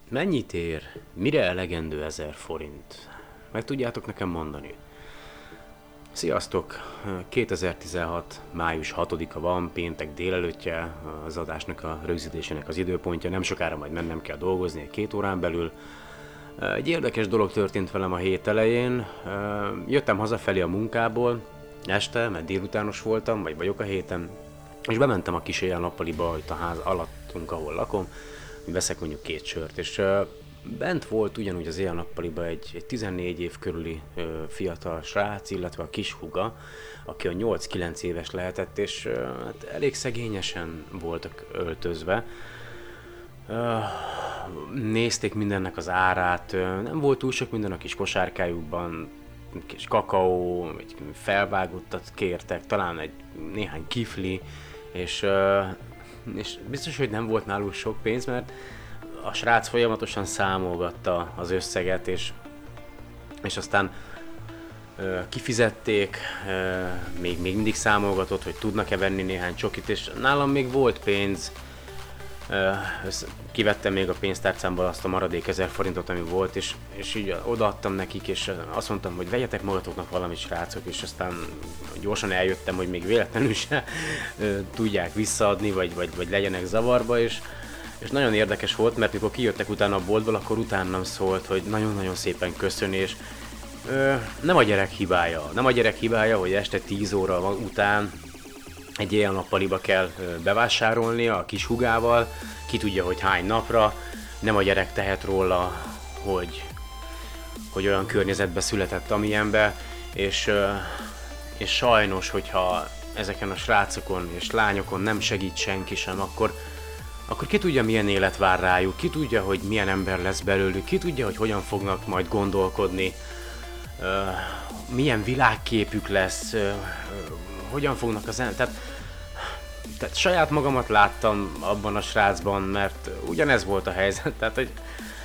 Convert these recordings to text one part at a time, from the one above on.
Mennyit ér, mire elegendő 1000 forint? Meg tudjátok nekem mondani? Sziasztok! 2016. május 6-a van, péntek délelőttje, az adásnak a rögzítésének az időpontja, nem sokára majd mennem kell dolgozni egy 2 órán belül. Egy érdekes dolog történt velem a hét elején, jöttem hazafelé a munkából, este, mert délutános voltam, vagy vagyok a héten, és bementem a kis éjjel-nappaliba, itt a ház alattunk, ahol lakom, veszek mondjuk 2 sört, és bent volt ugyanúgy az éjjel-nappaliba egy 14 év körüli fiatal srác, illetve a kis húga, aki a 8-9 éves lehetett, és hát elég szegényesen voltak öltözve. Nézték mindennek az árát, nem volt túl sok minden a kis kosárkájukban, kis kakaó, egy felvágottat kértek, talán néhány kifli, és biztos, hogy nem volt náluk sok pénz, mert a srác folyamatosan számolgatta az összeget, és aztán kifizették, még mindig számolgatott, hogy tudnak-e venni néhány csokit, és nálam még volt pénz. Kivettem még a pénztárcámból azt a maradék 1000 forintot, ami volt, és így odaadtam nekik, és azt mondtam, hogy vegyetek magatoknak valamit, srácok, és aztán gyorsan eljöttem, hogy még véletlenül se tudják visszaadni, vagy legyenek zavarba, és nagyon érdekes volt, mert mikor kijöttek utána a boltból, akkor utánam szólt, hogy nagyon-nagyon szépen köszöni, és nem a gyerek hibája, hogy este 10 óra után egy éjjel-nappaliba kell bevásárolnia a kis hugával, ki tudja, hogy hány napra, nem a gyerek tehet róla, hogy olyan környezetbe született, amilyenbe, és sajnos, hogyha ezeken a srácokon és lányokon nem segít senki sem, akkor ki tudja, milyen élet vár rájuk, ki tudja, hogy milyen ember lesz belőlük, ki tudja, hogy hogyan fognak majd gondolkodni, milyen világképük lesz, hogyan fognak tehát saját magamat láttam abban a srácban, mert ugyanez volt a helyzet, tehát hogy,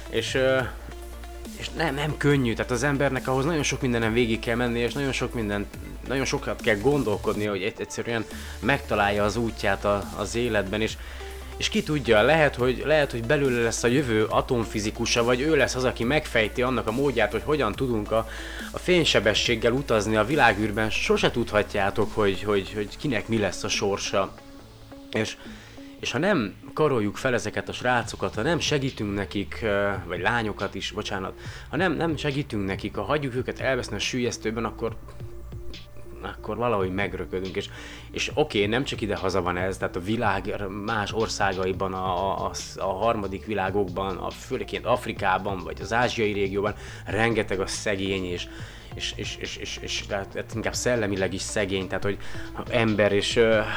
és nem könnyű, tehát az embernek ahhoz nagyon sok mindenen végig kell menni, és nagyon sokat kell gondolkodni, hogy egyszerűen megtalálja az útját az életben, és ki tudja, lehet, hogy belőle lesz a jövő atomfizikusa, vagy ő lesz az, aki megfejti annak a módját, hogy hogyan tudunk a fénysebességgel utazni a világűrben. Sose tudhatjátok, hogy kinek mi lesz a sorsa. És ha nem karoljuk fel ezeket a srácokat, ha nem segítünk nekik, vagy lányokat is, bocsánat, ha nem segítünk nekik, ha hagyjuk őket elveszni a süllyesztőben, akkor valahogy megröködünk, és oké, nem csak ide-haza van ez, tehát a világ más országaiban, a harmadik világokban, főleg Afrikában, vagy az ázsiai régióban rengeteg a szegény, és tehát inkább szellemileg is szegény, tehát hogy ember, és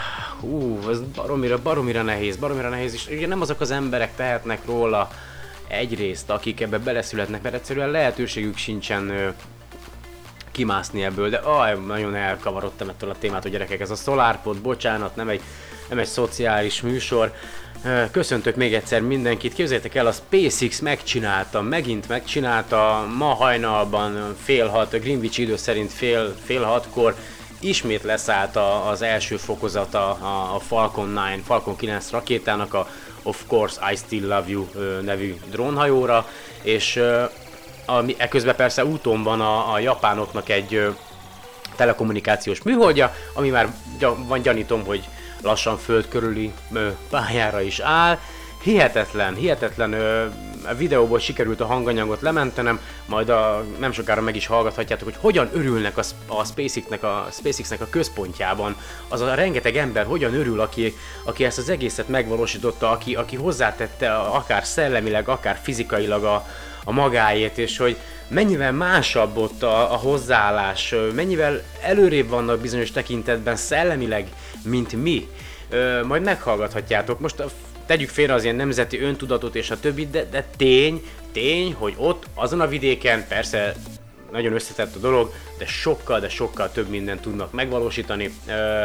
ez baromira nehéz, és ugye nem azok az emberek tehetnek róla egyrészt, akik ebbe beleszületnek, mert egyszerűen lehetőségük sincsen kimászni ebből, de nagyon elkavarodtam ettől a témától, gyerekek, ez a SolarPod, bocsánat, nem egy szociális műsor. Köszöntök még egyszer mindenkit, képzeljétek el, a SpaceX megint megcsinálta, ma hajnalban fél hat, a Greenwich idő szerint fél hatkor ismét leszállt az első fokozata a Falcon 9 rakétának, a Of Course I Still Love You nevű drónhajóra, és eközben persze úton van a japánoknak egy telekommunikációs műholdja, ami már gyanítom, hogy lassan föld körüli pályára is áll. Hihetetlen a videóból sikerült a hanganyagot lementenem, majd nem sokára meg is hallgathatjátok, hogy hogyan örülnek a SpaceX-nek a központjában. Az a rengeteg ember hogyan örül, aki ezt az egészet megvalósította, aki hozzátette akár szellemileg, akár fizikailag a magáét, és hogy mennyivel másabb ott a hozzáállás, mennyivel előrébb vannak bizonyos tekintetben szellemileg, mint mi. Majd meghallgathatjátok. Most tegyük félre az ilyen nemzeti öntudatot és a többit, de tény, hogy ott, azon a vidéken, persze nagyon összetett a dolog, de sokkal több mindent tudnak megvalósítani.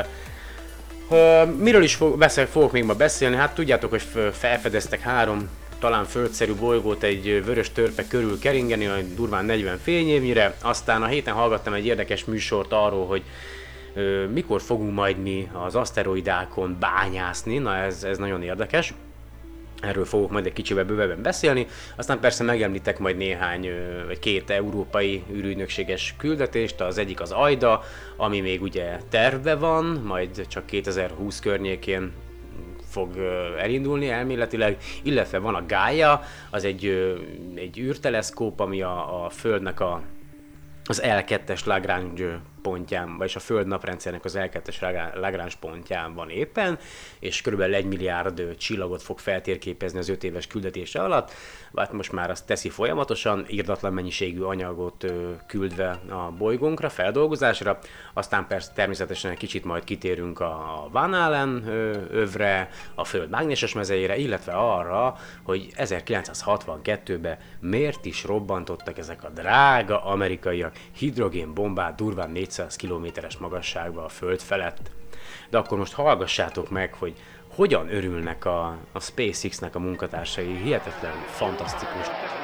Miről is fogok még ma beszélni? Hát tudjátok, hogy felfedeztek 3 talán földszerű bolygót egy vörös törpe körül keringeni, durván 40 fényévnyire. Aztán a héten hallgattam egy érdekes műsort arról, hogy mikor fogunk majd mi az aszteroidákon bányászni, na ez nagyon érdekes. Erről fogok majd egy kicsivel bővebben beszélni, aztán persze megemlítek majd néhány, vagy két európai űrügynökséges küldetést, az egyik az AIDA, ami még ugye tervbe van, majd csak 2020 környékén fog elindulni elméletileg, illetve van a Gaia, az egy űrteleszkóp, ami a Földnek az L2-es Lagrange pontján, vagyis a Föld naprendszernek az L2-es Lagrange pontján van éppen, és körülbelül 1 milliárd csillagot fog feltérképezni az 5 éves küldetése alatt. Hát most már azt teszi folyamatosan, irdatlan mennyiségű anyagot küldve a bolygónkra, feldolgozásra. Aztán persze természetesen egy kicsit majd kitérünk a Van Allen övre, a Föld mágneses mezejére, illetve arra, hogy 1962-ben miért is robbantottak ezek a drága amerikaiak hidrogénbombát durván 400 kilométeres magasságba a Föld felett. De akkor most hallgassátok meg, hogy hogyan örülnek a SpaceX-nek a munkatársai, hihetetlen, fantasztikus.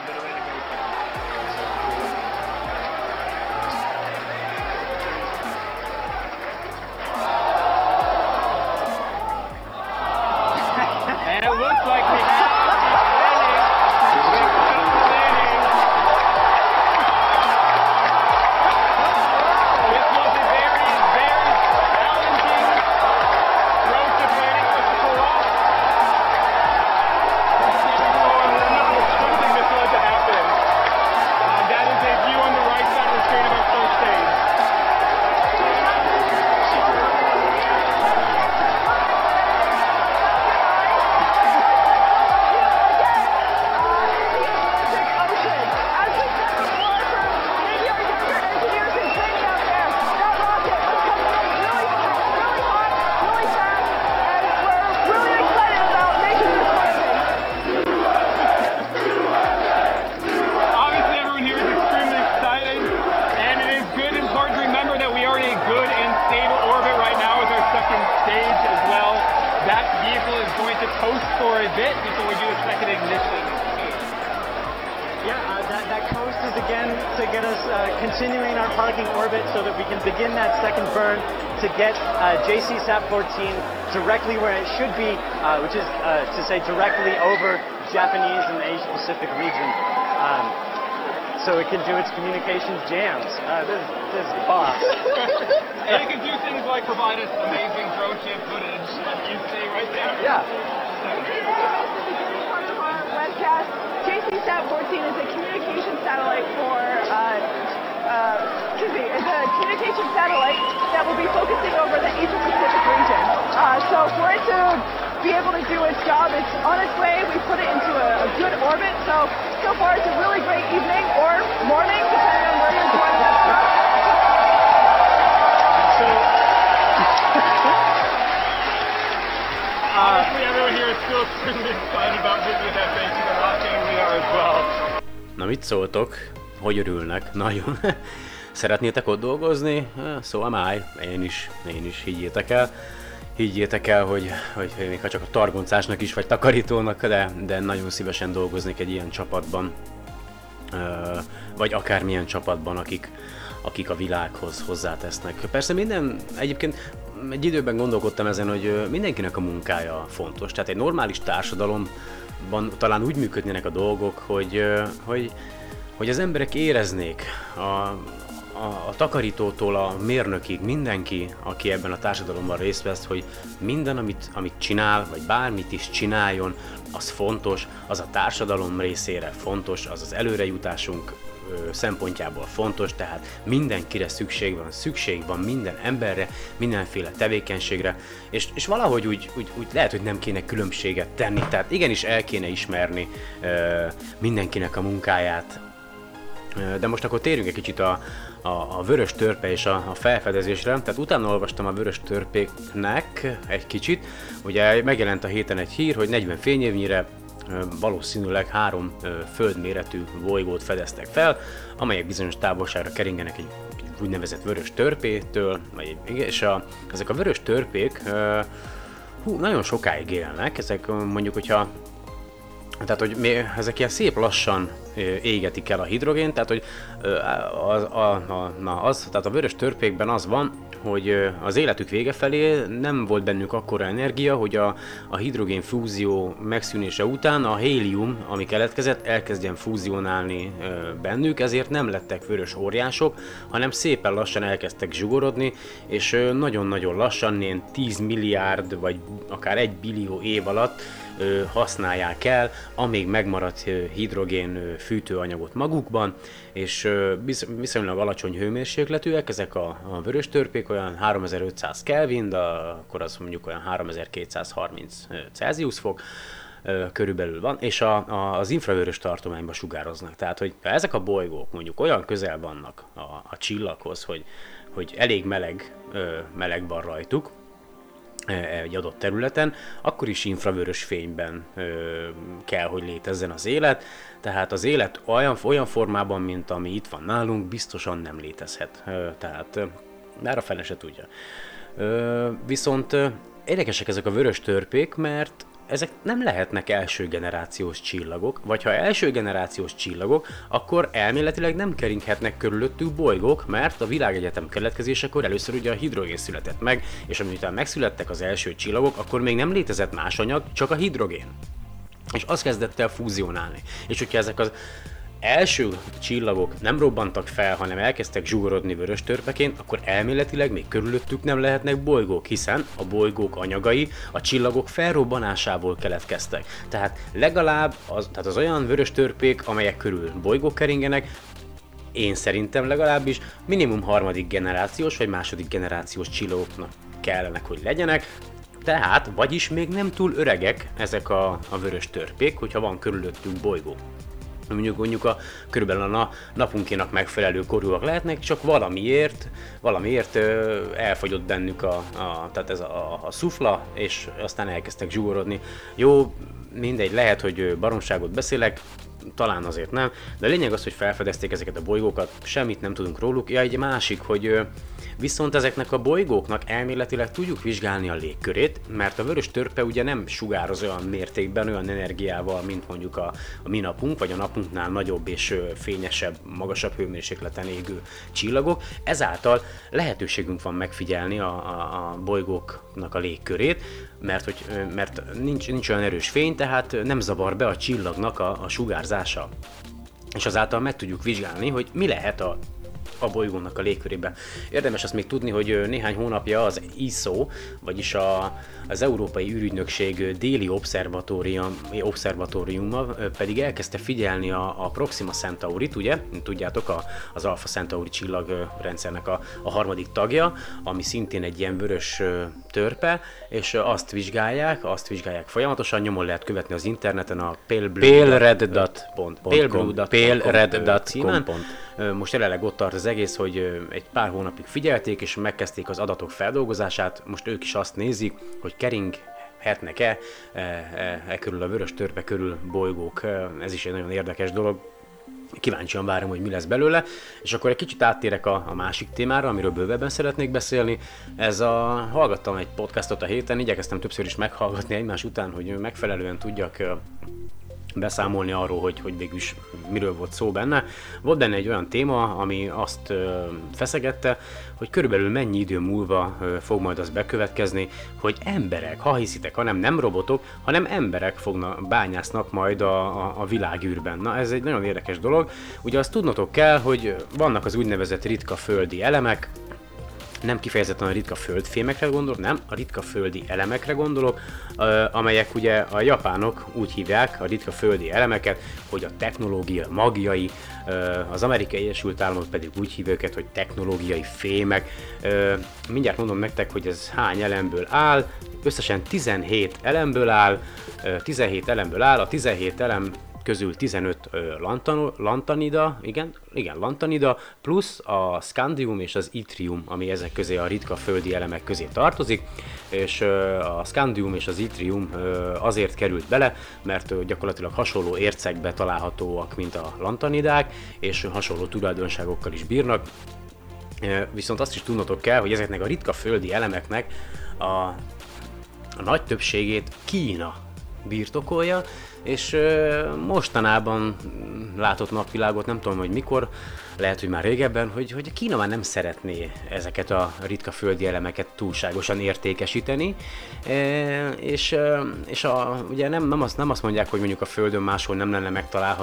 Continuing our parking orbit so that we can begin that second burn to get JCSat-14 directly where it should be, which is to say directly over Japanese and Asia Pacific region, so it can do its communications jams. This boss. And it can do things like provide us amazing drone cam footage, like you see right there. Yeah. Part of our webcast, JCSat-14 is a communication satellite for it's a communication satellite that will be focusing over the Asia Pacific region. So for it to be able to do its job, it's on its way. We put it into a good orbit. So far it's a really great evening or morning, depending on where you're joining us from. So, honestly, everyone here is still extremely excited about visiting that base in the rocket, and we are as well. Na mit szóltok? Hogy örülnek? Nagyon. Szeretnétek ott dolgozni? So am I. Én is, higgyétek el, hogy még ha csak a targoncásnak is, vagy takarítónak, de nagyon szívesen dolgoznék egy ilyen csapatban, vagy akármilyen csapatban, akik a világhoz hozzátesznek. Persze egyébként egy időben gondolkodtam ezen, hogy mindenkinek a munkája fontos, tehát egy normális társadalomban talán úgy működnének a dolgok, hogy az emberek éreznék a takarítótól a mérnökig, mindenki, aki ebben a társadalomban részt vesz, hogy minden, amit csinál, vagy bármit is csináljon, az fontos, az a társadalom részére fontos, az az előrejutásunk szempontjából fontos, tehát mindenkire szükség van minden emberre, mindenféle tevékenységre, és valahogy úgy lehet, hogy nem kéne különbséget tenni, tehát igenis el kéne ismerni mindenkinek a munkáját. De most akkor térjünk egy kicsit a vörös törpe és a felfedezésre, tehát utána olvastam a vörös törpéknek egy kicsit, ugye megjelent a héten egy hír, hogy 40 fényévnyire valószínűleg 3 földméretű bolygót fedeztek fel, amelyek bizonyos távolságra keringenek egy úgynevezett vörös törpétől, és ezek a vörös törpék nagyon sokáig élnek, ezek mondjuk, hogyha tehát, hogy ezek ilyen szép lassan égetik el a hidrogént, tehát, hogy tehát a vörös törpékben az van, hogy az életük vége felé nem volt bennük akkora energia, hogy a hidrogén fúzió megszűnése után a hélium, ami keletkezett, elkezdjen fúzionálni bennük, ezért nem lettek vörös óriások, hanem szépen lassan elkezdtek zsugorodni, és nagyon-nagyon lassan, ilyen 10 milliárd vagy akár 1 billió év alatt használják el, amíg megmaradt hidrogén fűtőanyagot magukban, és viszonylag alacsony hőmérsékletűek, ezek a vörös törpék, olyan 3500 Kelvin, de akkor az mondjuk olyan 3230 Celsius fok körülbelül van, és az infravörös tartományba sugároznak. Tehát, hogy ezek a bolygók mondjuk olyan közel vannak a csillaghoz, hogy elég meleg van rajtuk, egy adott területen, akkor is infravörös fényben kell, hogy létezzen az élet, tehát az élet olyan formában, mint ami itt van nálunk, biztosan nem létezhet, tehát már a fele se tudja. Viszont érdekesek ezek a vörös törpék, mert ezek nem lehetnek első generációs csillagok, vagy ha első generációs csillagok, akkor elméletileg nem keringhetnek körülöttük bolygók, mert a világegyetem keletkezésekor először ugye a hidrogén született meg, és amiután megszülettek az első csillagok, akkor még nem létezett más anyag, csak a hidrogén. És az kezdett el fúzionálni. És hogyha ezek az első csillagok nem robbantak fel, hanem elkezdtek zsugorodni vörös törpeként, akkor elméletileg még körülöttük nem lehetnek bolygók, hiszen a bolygók anyagai a csillagok felrobbanásából keletkeztek. Tehát legalább az olyan vörös törpék, amelyek körül bolygók keringenek, én szerintem legalábbis minimum harmadik generációs vagy második generációs csillagoknak kellenek, hogy legyenek. Tehát, vagyis még nem túl öregek ezek a vörös törpék, hogyha van körülöttük bolygó. Mondjuk körülbelül a napunkénak megfelelő korúak lehetnek, csak valamiért elfogyott bennük tehát ez a szufla, és aztán elkezdtek zsugorodni. Jó, mindegy, lehet, hogy baromságot beszélek, talán azért nem, de a lényeg az, hogy felfedezték ezeket a bolygókat, semmit nem tudunk róluk. Ja, egy másik, hogy viszont ezeknek a bolygóknak elméletileg tudjuk vizsgálni a légkörét, mert a vörös törpe ugye nem sugároz olyan mértékben, olyan energiával, mint mondjuk a mi napunk, vagy a napunknál nagyobb és fényesebb, magasabb hőmérsékleten égő csillagok. Ezáltal lehetőségünk van megfigyelni a bolygóknak a légkörét, mert nincs olyan erős fény, tehát nem zavar be a csillagnak a sugárzása. És azáltal meg tudjuk vizsgálni, hogy mi lehet a bolygónak a légkörében. Érdemes azt még tudni, hogy néhány hónapja az ISO, vagyis az Európai űrügynökség déli obszervatóriuma pedig elkezdte figyelni a Proxima Centaurit, ugye? Tudjátok, az Alpha Centauri csillagrendszernek a harmadik tagja, ami szintén egy ilyen vörös törpe, és azt vizsgálják folyamatosan, nyomon lehet követni az interneten a palered.com. Most jelenleg ott tart az egész, hogy egy pár hónapig figyelték, és megkezdték az adatok feldolgozását, most ők is azt nézik, hogy keringhetnek-e körül a vörös törpe körül bolygók. Ez is egy nagyon érdekes dolog. Kíváncsian várom, hogy mi lesz belőle, és akkor egy kicsit áttérek a másik témára, amiről bővebben szeretnék beszélni. Hallgattam egy podcastot a héten, igyekeztem többször is meghallgatni egymás után, hogy megfelelően tudjak beszámolni arról, hogy végülis miről volt szó benne. Volt benne egy olyan téma, ami azt feszegette, hogy körülbelül mennyi idő múlva fog majd az bekövetkezni, hogy emberek, ha hiszitek, hanem nem robotok, hanem emberek bányásznak majd a világűrben. Na, ez egy nagyon érdekes dolog. Ugye azt tudnotok kell, hogy vannak az úgynevezett ritka földi elemek, nem kifejezetten a ritka földfémekre gondolok, nem, a ritka földi elemekre gondolok, amelyek ugye a japánok úgy hívják a ritka földi elemeket, hogy a technológia magjai, az Amerikai Egyesült Államok pedig úgy hívják őket, hogy technológiai fémek. Mindjárt mondom nektek, hogy ez hány elemből áll, összesen 17 elemből áll, a 17 elem közül 15 lantanida, lantanida, plusz a scandium és az yttrium, ami ezek közé a ritka földi elemek közé tartozik, és a scandium és az yttrium azért került bele, mert gyakorlatilag hasonló ércekbe találhatóak, mint a lantanidák, és hasonló tulajdonságokkal is bírnak. Viszont azt is tudnotok kell, hogy ezeknek a ritka földi elemeknek a nagy többségét Kína birtokolja, és mostanában látott napvilágot, nem tudom, hogy mikor, lehet, hogy már régebben, hogy Kína már nem szeretné ezeket a ritka földi elemeket túlságosan értékesíteni, és ugye nem azt mondják, hogy mondjuk a Földön máshol nem lenne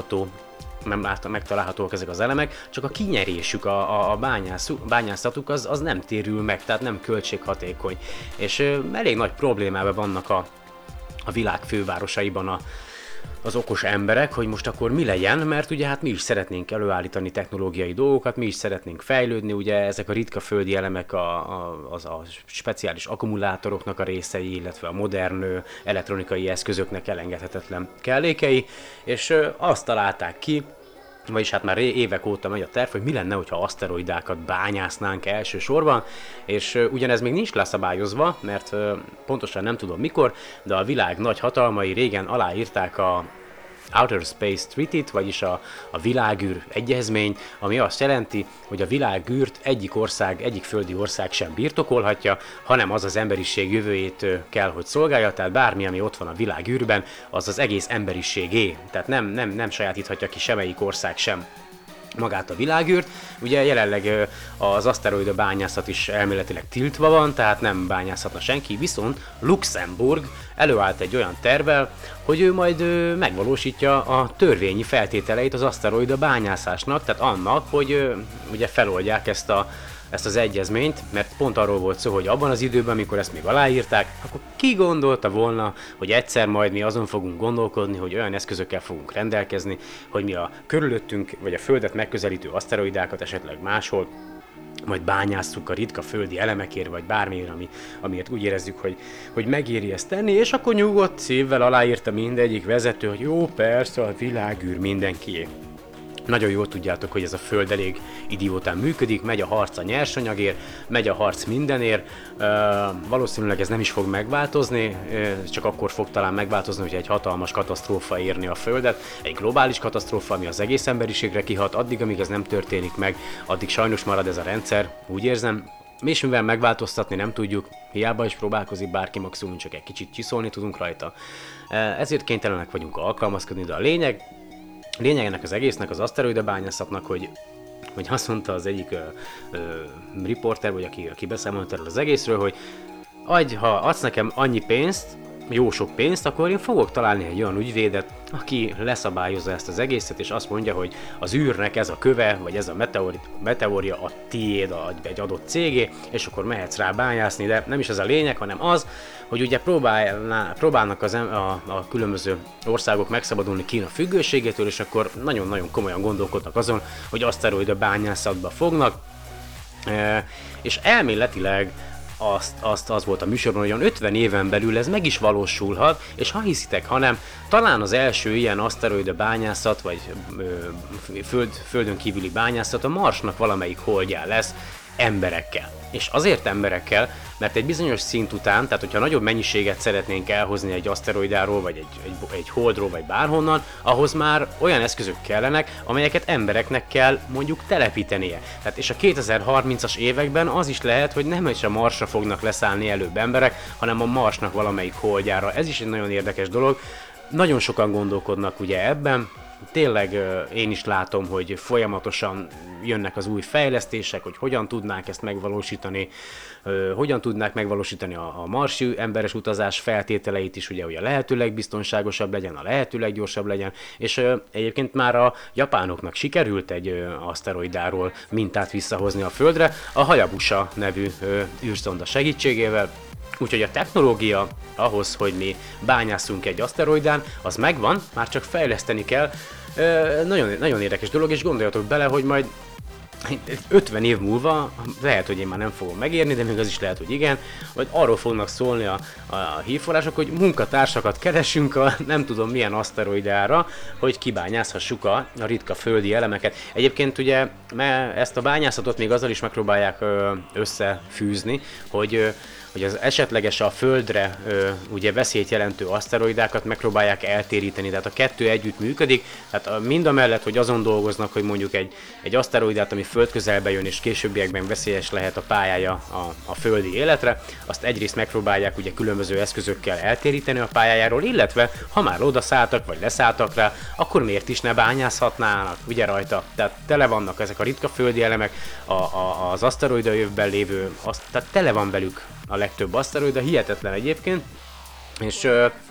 megtalálhatók ezek az elemek, csak a kinyerésük, a bányászatuk az nem térül meg, tehát nem költséghatékony. És elég nagy problémában vannak a világ fővárosaiban az okos emberek, hogy most akkor mi legyen, mert ugye hát mi is szeretnénk előállítani technológiai dolgokat, mi is szeretnénk fejlődni, ugye ezek a ritka földi elemek a speciális akkumulátoroknak a részei, illetve a modern elektronikai eszközöknek elengedhetetlen kellékei, és azt találták ki, vagyis hát már évek óta megy a terv, hogy mi lenne, hogyha aszteroidákat bányásznánk elsősorban, és ugyanez még nincs leszabályozva, mert pontosan nem tudom mikor, de a világ nagy hatalmai régen aláírták a Outer Space Treaty-t, vagyis a világűr egyezmény, ami azt jelenti, hogy a világűrt egyik földi ország sem birtokolhatja, hanem az emberiség jövőjét kell, hogy szolgálja, tehát bármi, ami ott van a világűrben, az egész emberiségé, tehát nem sajátíthatja ki semmelyik ország sem magát a világűrt. Ugye jelenleg az aszteroida bányászat is elméletileg tiltva van, tehát nem bányászhatna senki, viszont Luxemburg előállt egy olyan tervvel, hogy ő majd megvalósítja a törvényi feltételeit az aszteroida bányászásnak, tehát annak, hogy ugye feloldják ezt az egyezményt, mert pont arról volt szó, hogy abban az időben, amikor ezt még aláírták, akkor ki gondolta volna, hogy egyszer majd mi azon fogunk gondolkodni, hogy olyan eszközökkel fogunk rendelkezni, hogy mi a körülöttünk, vagy a Földet megközelítő aszteroidákat esetleg máshol majd bányásszuk a ritka földi elemekért, vagy bármiért, amiért úgy érezzük, hogy megéri ezt tenni, és akkor nyugodt szívvel aláírta mindegyik vezető, hogy jó, persze, a világűr mindenkié. Nagyon jól tudjátok, hogy ez a Föld elég idiótán működik, megy a harc a nyersanyagért, megy a harc mindenért, valószínűleg ez nem is fog megváltozni, csak akkor fog talán megváltozni, hogy egy hatalmas katasztrófa érni a Földet, egy globális katasztrófa, ami az egész emberiségre kihat, addig, amíg ez nem történik meg, addig sajnos marad ez a rendszer, úgy érzem, és mivel megváltoztatni nem tudjuk, hiába is próbálkozik bárki, maximum csak egy kicsit csiszolni tudunk rajta, ezért kénytelenek vagyunk alkalmazkodni, de a lényeg ennek az egésznek, az aszteroida bányászatnak, hogy azt mondta az egyik riporter, vagy aki beszámolt erről az egészről, hogy ha adsz nekem annyi pénzt, jó sok pénzt, akkor én fogok találni egy olyan ügyvédet, aki leszabályozza ezt az egészet, és azt mondja, hogy az űrnek ez a köve, vagy ez a meteorja a tiéd, egy adott cégé, és akkor mehetsz rá bányászni, de nem is ez a lényeg, hanem az, hogy ugye próbálnak a különböző országok megszabadulni Kína függőségétől, és akkor nagyon-nagyon komolyan gondolkodnak azon, hogy aszteroida bányászatba fognak, és elméletileg az volt a műsorban, hogy 50 éven belül ez meg is valósulhat, és ha hiszitek, hanem talán az első ilyen aszteroida bányászat, vagy földön kívüli bányászat a Marsnak valamelyik holdján lesz emberekkel. És azért emberekkel, mert egy bizonyos szint után, tehát hogyha nagyobb mennyiséget szeretnénk elhozni egy aszteroidáról, vagy egy holdról, vagy bárhonnan, ahhoz már olyan eszközök kellenek, amelyeket embereknek kell mondjuk telepítenie. Tehát és a 2030-as években az is lehet, hogy nem is a Marsra fognak leszállni előbb emberek, hanem a Marsnak valamelyik holdjára. Ez is egy nagyon érdekes dolog. Nagyon sokan gondolkodnak ugye ebben. Tényleg én is látom, hogy folyamatosan jönnek az új fejlesztések, hogy hogyan tudnák ezt megvalósítani, hogyan tudnák megvalósítani a marsi emberes utazás feltételeit is, ugye, hogy a lehető legbiztonságosabb legyen, a lehető leggyorsabb legyen, és egyébként már a japánoknak sikerült egy aszteroidáról mintát visszahozni a Földre, a Hayabusa nevű űrszonda segítségével. Úgyhogy a technológia ahhoz, hogy mi bányásszunk egy aszteroidán, az megvan, már csak fejleszteni kell. Nagyon, nagyon érdekes dolog, és gondoljatok bele, hogy majd 50 év múlva, lehet, hogy én már nem fogom megérni, de még az is lehet, hogy igen, vagy arról fognak szólni a hírforrások, hogy munkatársakat keresünk a nem tudom milyen aszteroidára, hogy kibányázhassuk a ritka földi elemeket. Egyébként ugye ezt a bányászatot még azzal is megpróbálják összefűzni, hogy hogy az esetleges a Földre ugye veszélyt jelentő aszteroidákat megpróbálják eltéríteni, tehát a kettő együtt működik, tehát mind a mellett, hogy azon dolgoznak, hogy mondjuk egy aszteroidát, ami Föld közelbe jön és későbbiekben veszélyes lehet a pályája a földi életre, azt egyrészt megpróbálják ugye különböző eszközökkel eltéríteni a pályájáról, illetve ha már odaszálltak vagy leszálltak rá, akkor miért is ne bányázhatnának ugye rajta, tehát tele vannak ezek a ritka földi elemek, az aszteroida jövőben lévő, tehát tele van velük a legtöbb aszteroida, hihetetlen egyébként, és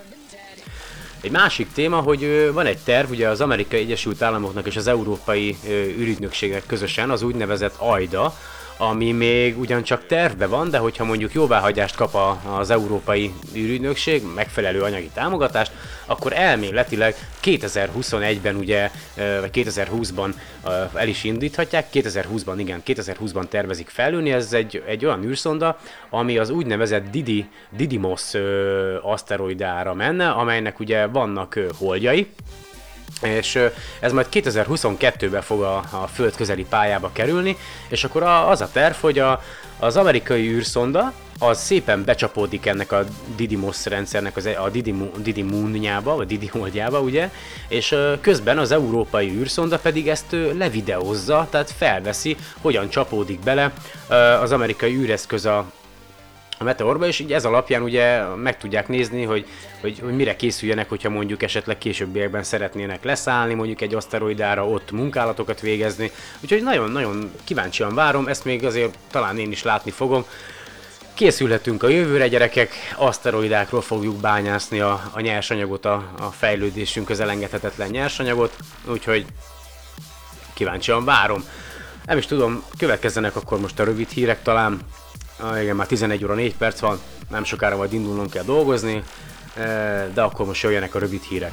egy másik téma, hogy van egy terv, ugye az Amerikai Egyesült Államoknak és az Európai űrügynökségnek közösen, az úgynevezett AIDA, ami még ugyancsak tervben van, de hogyha mondjuk jóváhagyást kap az Európai űrügynökség, megfelelő anyagi támogatást, akkor elméletileg 2021-ben ugye, vagy 2020-ban el is indíthatják, 2020-ban tervezik fellőni, ez egy olyan űrszonda, ami az úgynevezett Didymos aszteroidára menne, amelynek ugye vannak holdjai, és ez majd 2022-ben fog a Föld közeli pályába kerülni, és akkor az a terv, hogy az amerikai űrszonda az szépen becsapódik ennek a Didymos rendszernek a Didymoonjába, vagy Didyholdjába, ugye, és közben az európai űrszonda pedig ezt levideózza, tehát felveszi, hogyan csapódik bele az amerikai űreszköz a meteorba, és így ez alapján ugye meg tudják nézni, hogy mire készüljenek, hogyha mondjuk esetleg későbbiekben szeretnének leszállni mondjuk egy aszteroidára, ott munkálatokat végezni. Úgyhogy nagyon-nagyon kíváncsian várom, ezt még azért talán én is látni fogom. Készülhetünk a jövőre, gyerekek, aszteroidákról fogjuk bányászni a nyersanyagot, a fejlődésünkhöz elengedhetetlen nyersanyagot, úgyhogy kíváncsian várom. Nem is tudom, következzenek akkor most a rövid hírek talán. Igen, már 11 óra 4 perc van, nem sokára majd indulnunk kell dolgozni, de akkor most jöjjenek a rövid hírek.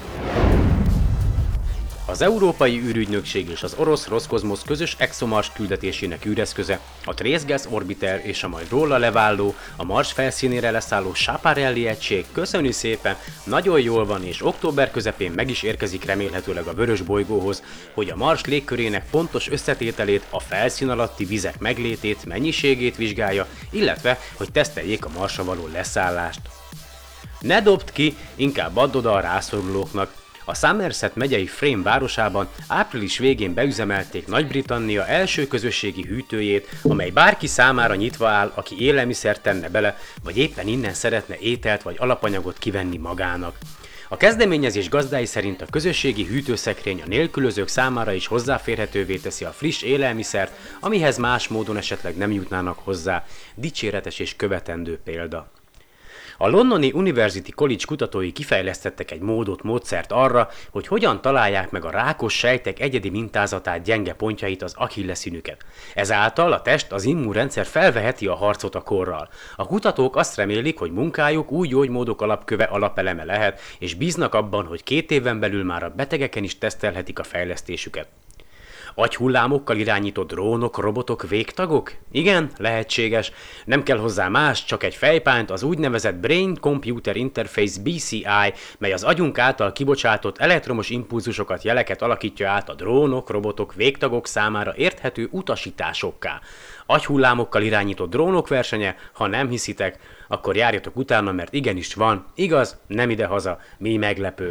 Az Európai űrügynökség és az orosz Roszkozmosz közös ExoMars küldetésének űreszköze, a Trace Gas Orbiter és a majd róla leváló, a Mars felszínére leszálló Schiaparelli egység, köszönjük szépen, nagyon jól van, és október közepén meg is érkezik remélhetőleg a vörös bolygóhoz, hogy a Mars légkörének pontos összetételét, a felszín alatti vizek meglétét, mennyiségét vizsgálja, illetve hogy teszteljék a Marsra való leszállást. Ne dobd ki, inkább add oda a rászorulóknak. A Somerset megyei Frame városában április végén beüzemelték Nagy-Britannia első közösségi hűtőjét, amely bárki számára nyitva áll, aki élelmiszert tenne bele, vagy éppen innen szeretne ételt vagy alapanyagot kivenni magának. A kezdeményezés gazdái szerint a közösségi hűtőszekrény a nélkülözők számára is hozzáférhetővé teszi a friss élelmiszert, amihez más módon esetleg nem jutnának hozzá. Dicséretes és követendő példa. A londoni University College kutatói kifejlesztettek egy módszert arra, hogy hogyan találják meg a rákos sejtek egyedi mintázatát, gyenge pontjait, az achilleszínüket. Ezáltal a test, az immunrendszer felveheti a harcot a korral. A kutatók azt remélik, hogy munkájuk új gyógymódok alapköve alapeleme lehet, és bíznak abban, hogy 2 éven belül már a betegeken is tesztelhetik a fejlesztésüket. Agyhullámokkal irányított drónok, robotok, végtagok? Igen, lehetséges. Nem kell hozzá más, csak egy fejpánt, az úgynevezett Brain Computer Interface BCI, mely az agyunk által kibocsátott elektromos impulzusokat, jeleket alakítja át a drónok, robotok, végtagok számára érthető utasításokká. Agyhullámokkal irányított drónok versenye, ha nem hiszitek, akkor járjatok utána, mert igenis van, igaz, nem idehaza, mi meglepő.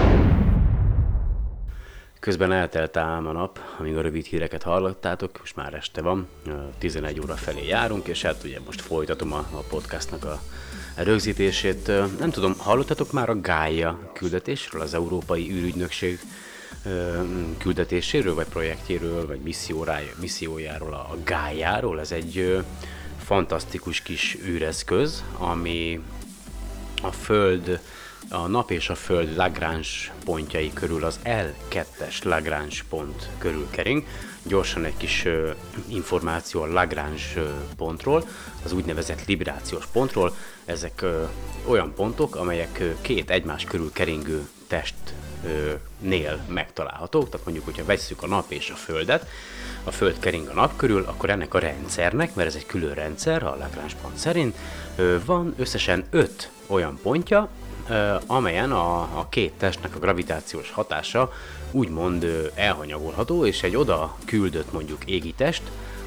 Közben eltelt ám a nap, amíg a rövid híreket hallottátok, most már este van, 11 óra felé járunk, és hát ugye most folytatom a podcastnak a rögzítését. Nem tudom, hallottatok már a Gaia küldetésről, az Európai űrügynökség küldetéséről, vagy projektjéről, vagy missziójáról, a Gaia-ról? Ez egy fantasztikus kis űreszköz, ami a nap és a Föld Lagrange pontjai körül, az L2-es Lagrange pont körül kering. Gyorsan egy kis információ a Lagrange pontról, az úgynevezett librációs pontról. Ezek olyan pontok, amelyek 2 egymás körül keringő testnél megtalálhatók. Tehát mondjuk, hogyha vesszük a nap és a Földet, a Föld kering a nap körül, akkor ennek a rendszernek, mert ez egy külön rendszer, a Lagrange pont szerint, van összesen 5 olyan pontja, amelyen a 2 testnek a gravitációs hatása úgymond elhanyagolható, és egy oda küldött mondjuk égitest,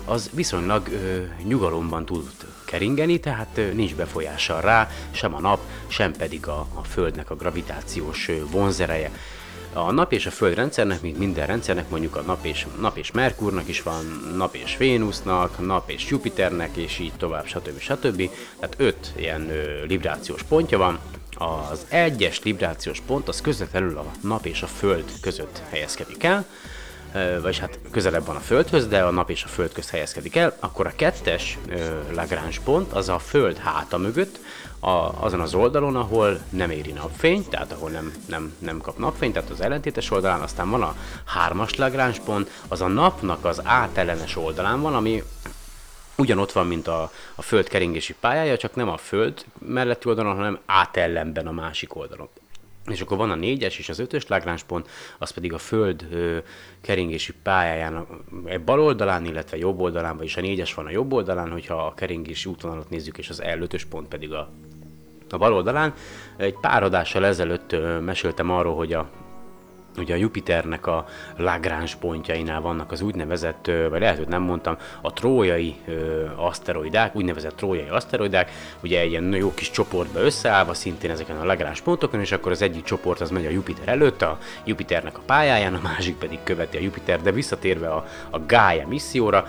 az viszonylag nyugalomban tud keringeni, tehát nincs befolyással rá, sem a nap, sem pedig a Földnek a gravitációs vonzereje. A nap és a Föld rendszernek, mint minden rendszernek, mondjuk a nap és Merkurnak is van, nap és Vénusznak, nap és Jupiternek, és így tovább, stb. Tehát 5 ilyen librációs pontja van. Az 1-es librációs pont az közvetlenül a nap és a Föld között helyezkedik el, vagyis hát közelebb van a Földhöz, de a nap és a Föld közt helyezkedik el. Akkor a 2-es Lagrange pont az a Föld háta mögött, azon az oldalon, ahol nem éri napfény, tehát ahol nem kap napfényt, tehát az ellentétes oldalán. Aztán van a 3-as Lagrange pont, az a napnak az átellenes oldalán van, ami ugyanott van, mint a Föld keringési pályája, csak nem a Föld melletti oldalon, hanem átellenben a másik oldalon. És akkor van a 4-es és az 5-ös Lagrange pont, az pedig a Föld keringési pályájának bal oldalán, illetve jobb oldalán, vagyis a 4-es van a jobb oldalán, hogyha a keringési útvonalat nézzük, és az L5-ös pont pedig a bal oldalán. Egy pár adással ezelőtt meséltem arról, hogy ugye a Jupiternek a Lagrange pontjainál vannak az úgynevezett, vagy lehet, hogy nem mondtam, a trójai aszteroidák, úgynevezett trójai aszteroidák, ugye egy ilyen jó kis csoportba összeállva, szintén ezeken a Lagrange pontokon, és akkor az egyik csoport az megy a Jupiter előtt, a Jupiternek a pályáján, a másik pedig követi a Jupiter, de visszatérve a Gaia misszióra,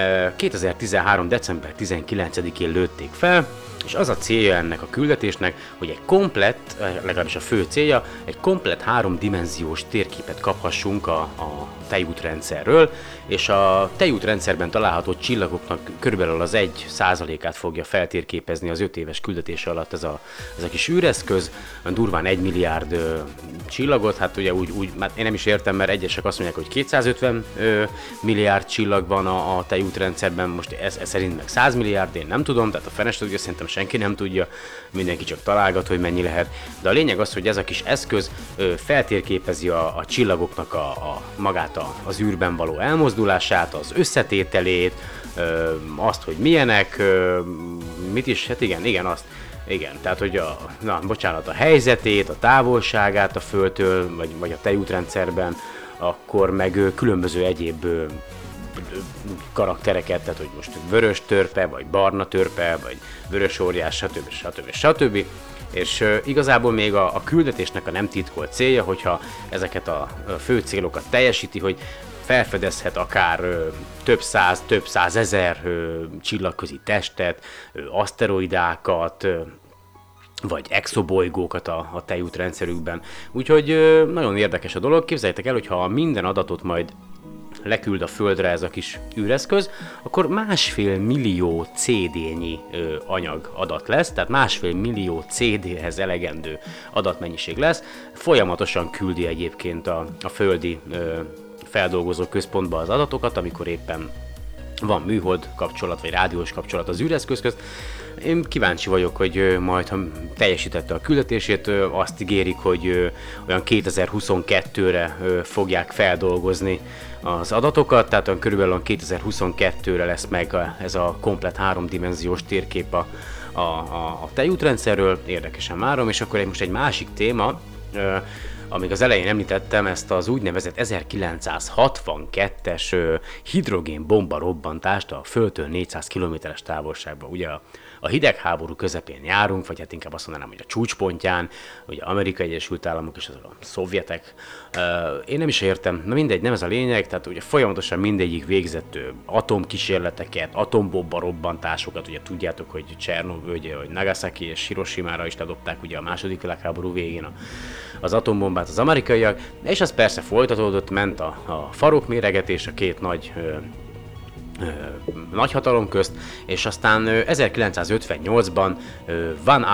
2013. december 19-én lőtték fel, és az a célja ennek a küldetésnek, hogy egy komplett, legalábbis a fő célja, egy komplett 3-dimenziós térképet kaphassunk a tejútrendszerről, és a tejútrendszerben található csillagoknak körülbelül az 1%-át fogja feltérképezni az 5 éves küldetése alatt ez a kis űreszköz, durván 1 milliárd csillagot, hát ugye úgy én nem is értem, mert egyesek azt mondják, hogy 250 milliárd csillag van a tejútrendszerben, most ez szerint meg 100 milliárd, én nem tudom, tehát a fenes tudja, szerintem senki nem tudja, mindenki csak találgat, hogy mennyi lehet, de a lényeg az, hogy ez a kis eszköz feltérképezi a csillagoknak magát az űrben való elmozdulását, az összetételét, azt, hogy milyenek, mit is, hát igen, azt. Igen, tehát hogy a helyzetét, a távolságát a Földtől, vagy a tejútrendszerben, akkor meg különböző egyéb karaktereket, tehát hogy most vörös törpe, vagy barna törpe, vagy vörös óriás, stb. És igazából még a küldetésnek a nem titkolt célja, hogyha ezeket a fő célokat teljesíti, hogy felfedezhet akár több százezer csillagközi testet, aszteroidákat, vagy exobolygókat a tejútrendszerükben. Úgyhogy nagyon érdekes a dolog. Képzeljétek el, hogyha minden adatot majd leküld a Földre ez a kis űreszköz, akkor 1,5 millió CD-nyi adat lesz, tehát 1,5 millió CD-hez elegendő adatmennyiség lesz. Folyamatosan küldi egyébként a földi feldolgozó központba az adatokat, amikor éppen van műhold kapcsolat, vagy rádiós kapcsolat az űreszköz közt. Én kíváncsi vagyok, hogy majd, ha teljesítette a küldetését, azt ígérik, hogy olyan 2022-re fogják feldolgozni az adatokat, tehát körülbelül 2022-re lesz meg ez a komplett 3-dimenziós térkép a tejútrendszerről, érdekesen várom, és akkor most egy másik téma, amíg az elején említettem, ezt az úgynevezett 1962-es hidrogénbomba robbantást a Földtől 400 km-es távolságban. Ugye a hidegháború közepén járunk, vagy hát inkább azt mondanám, hogy a csúcspontján, ugye Amerikai Egyesült Államok és a szovjetek. Én nem is értem, na mindegy, nem ez a lényeg, tehát ugye folyamatosan mindegyik végzett atomkísérleteket, atombomba robbantásokat, ugye tudjátok, hogy Csernobyl, hogy Nagasaki és Hiroshima-ra is ledobták ugye a második világháború végén az atombombát az amerikaiak, és az persze folytatódott, ment a farokméregetés a két nagyhatalom közt, és aztán 1958-ban Van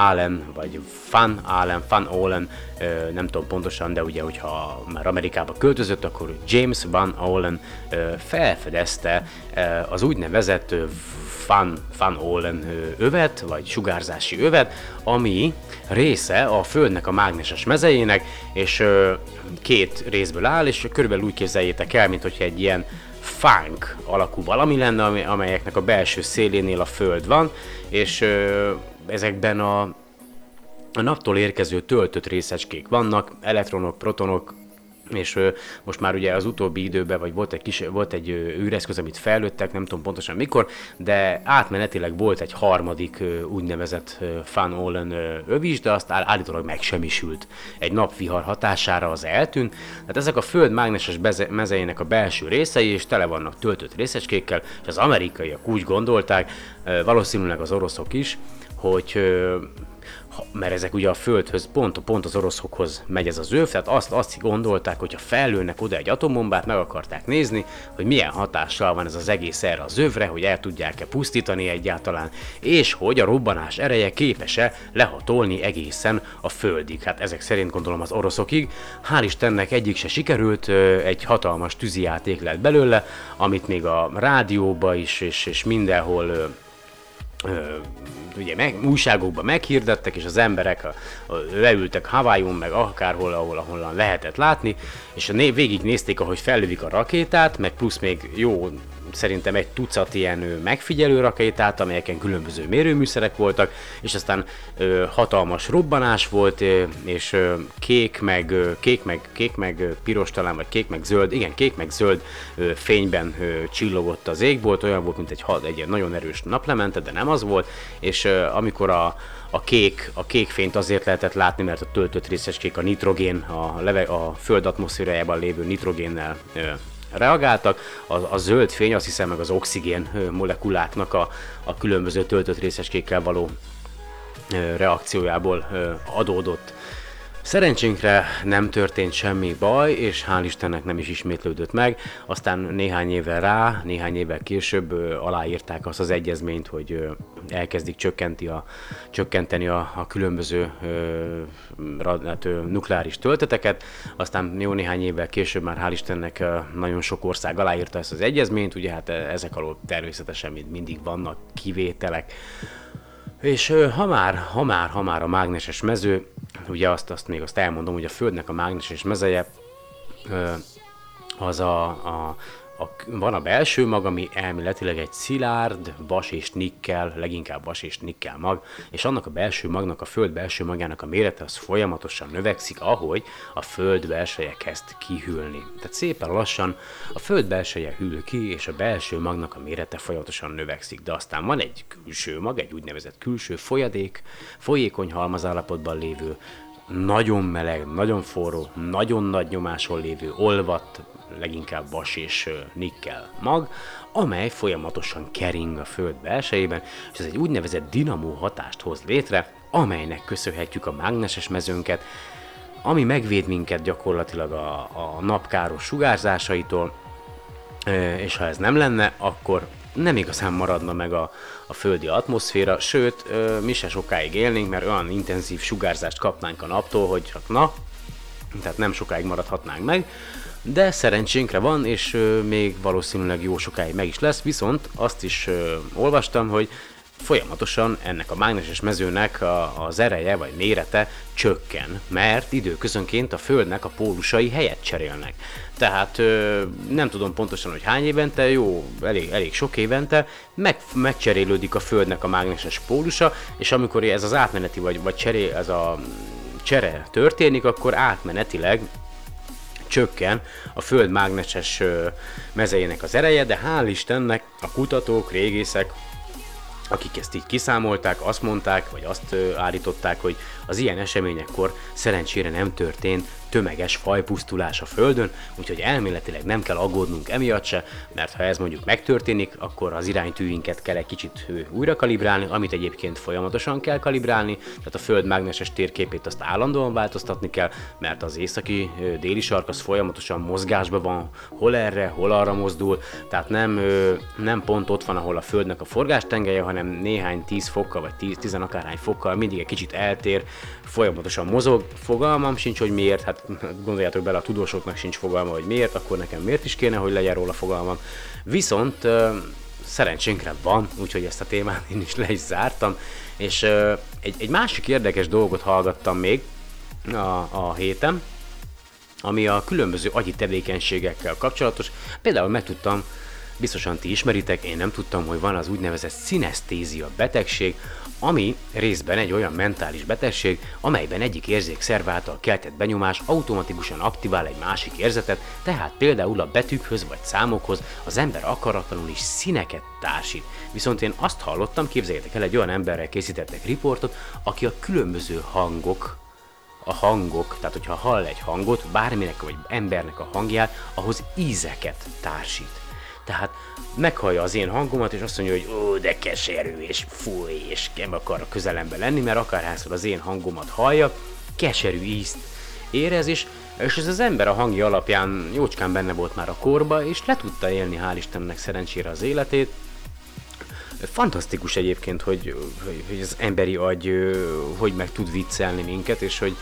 Allen, nem tudom pontosan, de ugye, hogyha már Amerikába költözött, akkor James Van Allen felfedezte az úgynevezett Van Allen övet, vagy sugárzási övet, ami része a Földnek a mágneses mezejének, és két részből áll, és körülbelül úgy képzeljétek el, mint hogyha egy ilyen fánk alakú valami lenne, amelyeknek a belső szélénél a Föld van, és ezekben a naptól érkező töltött részecskék vannak, elektronok, protonok, és most már ugye az utóbbi időben, vagy volt egy űreszköz, amit fejlődtek, nem tudom pontosan mikor, de átmenetileg volt egy harmadik úgynevezett Van Allen öv is, de azt állítólag megsemmisült. Egy napvihar hatására az eltűnt. Tehát ezek a Föld mágneses mezejének a belső részei, és tele vannak töltött részecskékkel, és az amerikaiak úgy gondolták, valószínűleg az oroszok is, hogy mert ezek ugye a Földhöz, pont az oroszokhoz megy ez az öv, tehát azt gondolták, hogy ha fellőnek oda egy atombombát, meg akarták nézni, hogy milyen hatással van ez az egész erre az övre, hogy el tudják-e pusztítani egyáltalán, és hogy a robbanás ereje képes-e lehatolni egészen a Földig. Hát ezek szerint gondolom az oroszokig. Hál' Istennek egyik se sikerült, egy hatalmas tűzijáték lett belőle, amit még a rádióba is és mindenhol ugye újságokban meghirdettek, és az emberek leültek Hawaiion, meg akárhol, ahol lehetett látni, és végig nézték, ahogy fellövik a rakétát, meg plusz még jó, szerintem egy tucat ilyen megfigyelő rakétát, amelyeken különböző mérőműszerek voltak, és aztán hatalmas robbanás volt, és kék meg piros talán, vagy kék meg zöld, igen, kék meg zöld fényben csillogott az égbolt, olyan volt, mint egy nagyon erős naplemente, de nem az volt, és amikor a kék fényt azért lehetett látni, mert a töltött részecskék a nitrogén, a Föld atmoszférájában lévő nitrogénnel reagáltak, a zöld fény, azt hiszem meg az oxigén molekuláknak a különböző töltött részecskékkel való reakciójából adódott. Szerencsénkre nem történt semmi baj, és hál' Istennek nem is ismétlődött meg. Aztán néhány évvel később aláírták azt az egyezményt, hogy elkezdik csökkenteni a különböző nukleáris tölteteket. Aztán jó néhány évvel később már hál' Istennek nagyon sok ország aláírta ezt az egyezményt, ugye hát ezek alól természetesen mindig vannak kivételek. És ha már a mágneses mező, ugye azt elmondom, hogy a Földnek a mágneses mezeje az van a belső mag, ami elméletileg egy szilárd vas és nikkel, leginkább vas és nikkel mag, és annak a belső magnak, a Föld belső magjának a mérete az folyamatosan növekszik, ahogy a Föld belseje kezd kihűlni. Tehát szépen lassan a Föld belseje hűl ki, és a belső magnak a mérete folyamatosan növekszik. De aztán van egy külső mag, egy úgynevezett külső folyadék, folyékony halmazállapotban lévő, nagyon meleg, nagyon forró, nagyon nagy nyomáson lévő olvadt, leginkább vas és nikkel mag, amely folyamatosan kering a Föld belsejében, és ez egy úgynevezett dinamó hatást hoz létre, amelynek köszönhetjük a mágneses mezőnket, ami megvéd minket gyakorlatilag a nap káros sugárzásaitól, és ha ez nem lenne, akkor nem igazán maradna meg a földi atmoszféra, sőt, mi se sokáig élnénk, mert olyan intenzív sugárzást kapnánk a naptól, hogy tehát nem sokáig maradhatnánk meg, de szerencsénkre van, és még valószínűleg jó sokáig meg is lesz, viszont azt is olvastam, hogy folyamatosan ennek a mágneses mezőnek az ereje vagy mérete csökken, mert időközönként a Földnek a pólusai helyet cserélnek. Tehát nem tudom pontosan, hogy hány évente, elég sok évente megcserélődik a Földnek a mágneses pólusa, és amikor ez az átmeneti ez a csere történik, akkor átmenetileg csökken a Föld mágneses mezejének az ereje, de hál' Istennek a kutatók, régészek, akik ezt így kiszámolták, azt mondták, vagy azt állították, hogy az ilyen eseményekkor szerencsére nem történt tömeges fajpusztulás a Földön, úgyhogy elméletileg nem kell aggódnunk emiatt se, mert ha ez mondjuk megtörténik, akkor az iránytűinket kell egy kicsit újra kalibrálni, amit egyébként folyamatosan kell kalibrálni, tehát a Föld mágneses térképét azt állandóan változtatni kell, mert az északi déli sark az folyamatosan mozgásban van, hol erre, hol arra mozdul, tehát nem pont ott van, ahol a Földnek a forgástengelye, hanem néhány 10 fokkal, vagy 10 akárhány fokkal mindig egy kicsit eltér, folyamatosan mozog, fogalmam sincs, hogy miért, hát gondoljátok bele, a tudósoknak sincs fogalma, hogy miért, akkor nekem miért is kéne, hogy legyen róla fogalmam. Viszont szerencsénkre van, úgyhogy ezt a témát én is le is zártam, és egy másik érdekes dolgot hallgattam még a héten, ami a különböző agyi tevékenységekkel kapcsolatos. Például megtudtam biztosan ti ismeritek, én nem tudtam, hogy van az úgynevezett szinesztézia betegség, ami részben egy olyan mentális betegség, amelyben egyik érzékszerv által keltett benyomás automatikusan aktivál egy másik érzetet, tehát például a betűkhöz vagy számokhoz az ember akaratlanul is színeket társít. Viszont én azt hallottam, képzeljétek el, egy olyan emberrel készítettek riportot, aki a különböző hangok, tehát hogyha hall egy hangot, bárminek vagy embernek a hangját, ahhoz ízeket társít. Tehát meghallja az én hangomat, és azt mondja, hogy ó, de keserű, és fúj, és nem akar a közelembe lenni, mert akárhányszor az én hangomat hallja, keserű ízt érez, és ez az ember a hangja alapján jócskán benne volt már a korba, és le tudta élni, hál' Istennek szerencsére az életét. Fantasztikus egyébként, hogy az emberi agy hogy meg tud viccelni minket, és hogy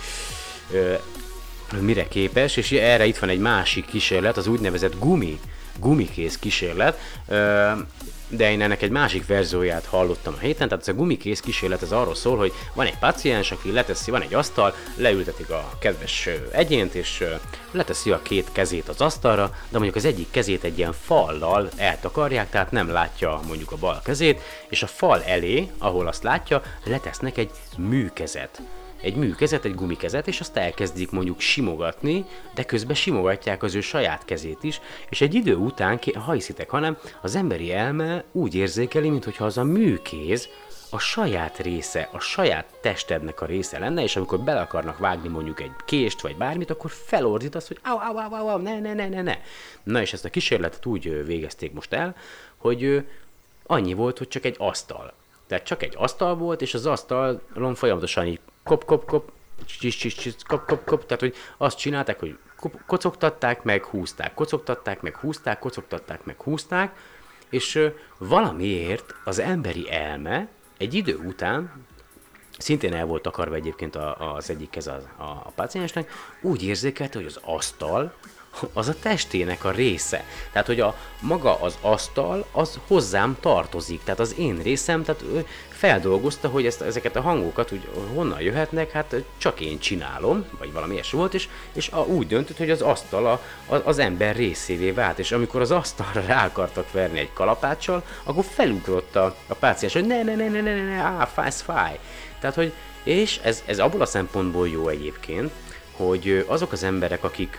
mire képes, és erre itt van egy másik kísérlet, az úgynevezett gumikész kísérlet, de én ennek egy másik verzióját hallottam a héten, tehát ez a gumikész kísérlet az arról szól, hogy van egy paciens, aki leteszi, van egy asztal, leültetik a kedves egyént, és leteszi a két kezét az asztalra, de mondjuk az egyik kezét egy ilyen fallal eltakarják, tehát nem látja mondjuk a bal kezét, és a fal elé, ahol azt látja, letesznek egy műkezet. Egy gumikezet, és azt elkezdik mondjuk simogatni, de közben simogatják az ő saját kezét is, és egy idő után, ha hiszitek, hanem az emberi elme úgy érzékeli, mintha az a műkéz a saját része, a saját testednek a része lenne, és amikor bele akarnak vágni mondjuk egy kést vagy bármit, akkor felordít azt, hogy au, ne. Na és ezt a kísérletet úgy végezték most el, hogy annyi volt, hogy csak egy asztal. Tehát csak egy asztal volt, és az asztalon folyamatosan így kop, tehát hogy azt csinálták, hogy kocogtatták, meg húzták, és valamiért az emberi elme egy idő után, szintén el volt takarva egyébként az egyik kez a páciensnek, úgy érzékelte, hogy az asztal az a testének a része. Tehát, hogy maga az asztal, az hozzám tartozik. Tehát az én részem, tehát feldolgozta, hogy ezeket a hangokat úgy, honnan jöhetnek, hát csak én csinálom, vagy valami ilyesmi volt, és úgy döntött, hogy az asztal az ember részévé vált, és amikor az asztalra rá akartak verni egy kalapáccsal, akkor felugrott a páciens, hogy ne, fáj. Tehát, hogy, és ez abból a szempontból jó egyébként, hogy azok az emberek, akik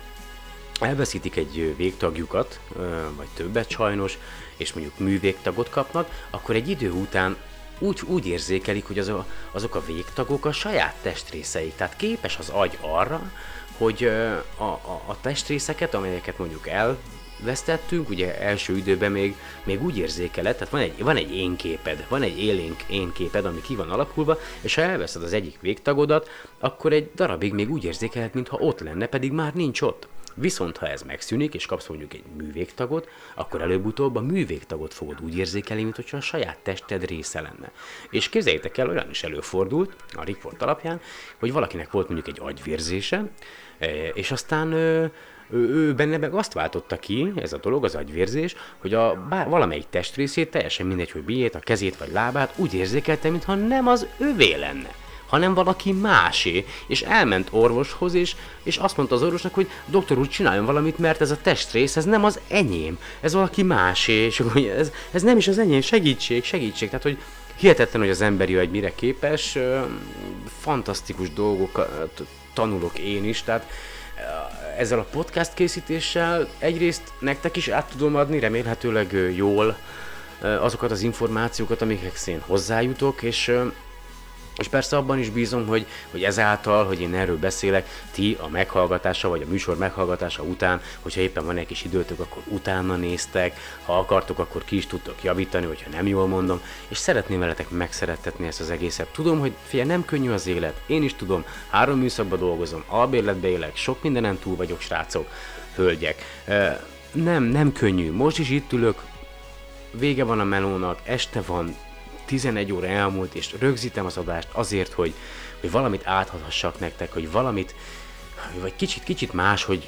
elveszítik egy végtagjukat, vagy többet sajnos, és mondjuk művégtagot kapnak, akkor egy idő után úgy érzékelik, hogy azok a végtagok a saját testrészeik. Tehát képes az agy arra, hogy a testrészeket, amelyeket mondjuk elvesztettünk, ugye első időben még úgy érzékeled, tehát van egy énképed, van egy élénk énképed, ami ki van alakulva, és ha elveszed az egyik végtagodat, akkor egy darabig még úgy érzékeled, mintha ott lenne, pedig már nincs ott. Viszont ha ez megszűnik, és kapsz mondjuk egy művégtagot, akkor előbb-utóbb a művégtagot fogod úgy érzékelni, mintha a saját tested része lenne. És képzeljétek el, olyan is előfordult a riport alapján, hogy valakinek volt mondjuk egy agyvérzése, és aztán ő benne meg azt váltotta ki, ez a dolog, az agyvérzés, hogy valamelyik testrészét, teljesen mindegy, hogy miét, a kezét vagy lábát úgy érzékelte, mintha nem az övé lenne, hanem valaki másé, és elment orvoshoz, és azt mondta az orvosnak, hogy doktor úr, csináljon valamit, mert ez a testrész, ez nem az enyém, ez valaki másé, és ez nem is az enyém, segítség, tehát, hogy hihetetlen, hogy az emberi agy mire képes, fantasztikus dolgokat tanulok én is, tehát ezzel a podcast készítéssel egyrészt nektek is át tudom adni, remélhetőleg jól azokat az információkat, amikhez én hozzájutok, és persze abban is bízom, hogy ezáltal, hogy én erről beszélek, ti a meghallgatása vagy a műsor meghallgatása után, hogyha éppen van egy kis időtök, akkor utána néztek, ha akartok, akkor ki is tudtok javítani, hogyha nem jól mondom, és szeretném veletek megszerettetni ezt az egészet. Tudom, hogy figyelj, nem könnyű az élet, én is tudom, 3 műszakban dolgozom, albérletbe élek, sok mindenen túl vagyok, srácok, hölgyek. Nem könnyű, most is itt ülök, vége van a melónak, este van, 11 óra elmúlt, és rögzítem az adást azért, hogy valamit átadhassak nektek, hogy valamit, vagy kicsit máshogy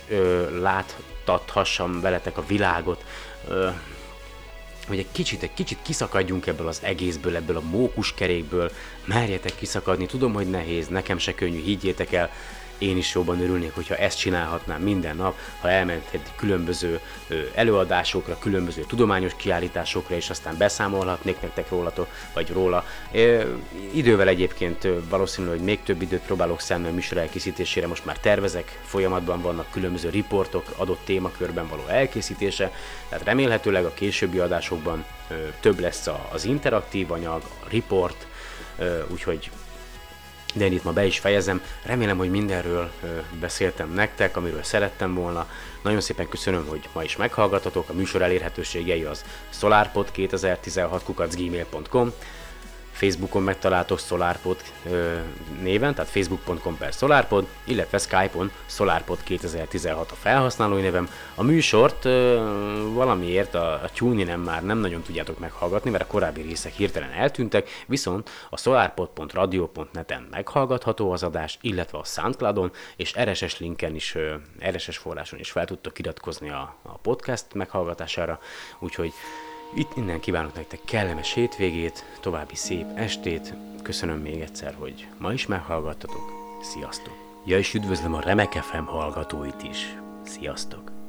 láttathassam veletek a világot, hogy egy kicsit kiszakadjunk ebből az egészből, ebből a mókuskerékből, merjetek kiszakadni, tudom, hogy nehéz, nekem se könnyű, higgyétek el, én is jobban örülnék, hogyha ezt csinálhatnám minden nap, ha elmenthetik különböző előadásokra, különböző tudományos kiállításokra, és aztán beszámolhatnék nektek róla. Idővel egyébként valószínű, hogy még több időt próbálok szánni a műsor elkészítésére, most már tervezek, folyamatban vannak különböző riportok adott témakörben való elkészítése, tehát remélhetőleg a későbbi adásokban több lesz az interaktív anyag, a riport, úgyhogy de én itt ma be is fejezem. Remélem, hogy mindenről beszéltem nektek, amiről szerettem volna. Nagyon szépen köszönöm, hogy ma is meghallgatatok. A műsor elérhetőségei az solarpod2016@gmail.com. Facebookon megtaláltok SolarPod néven, tehát facebook.com/SolarPod, illetve Skype-on SolarPod2016 a felhasználói nevem. A műsort valamiért a TuneIn-en már nem nagyon tudjátok meghallgatni, mert a korábbi részek hirtelen eltűntek, viszont a solarpod.radio.net-en meghallgatható az adás, illetve a Soundcloudon, és RSS linken is, RSS forráson is fel tudtok iratkozni a podcast meghallgatására, úgyhogy itt innen kívánok nektek kellemes hétvégét, további szép estét, köszönöm még egyszer, hogy ma is meghallgattatok, sziasztok! Ja, és üdvözlöm a Remek FM hallgatóit is, sziasztok!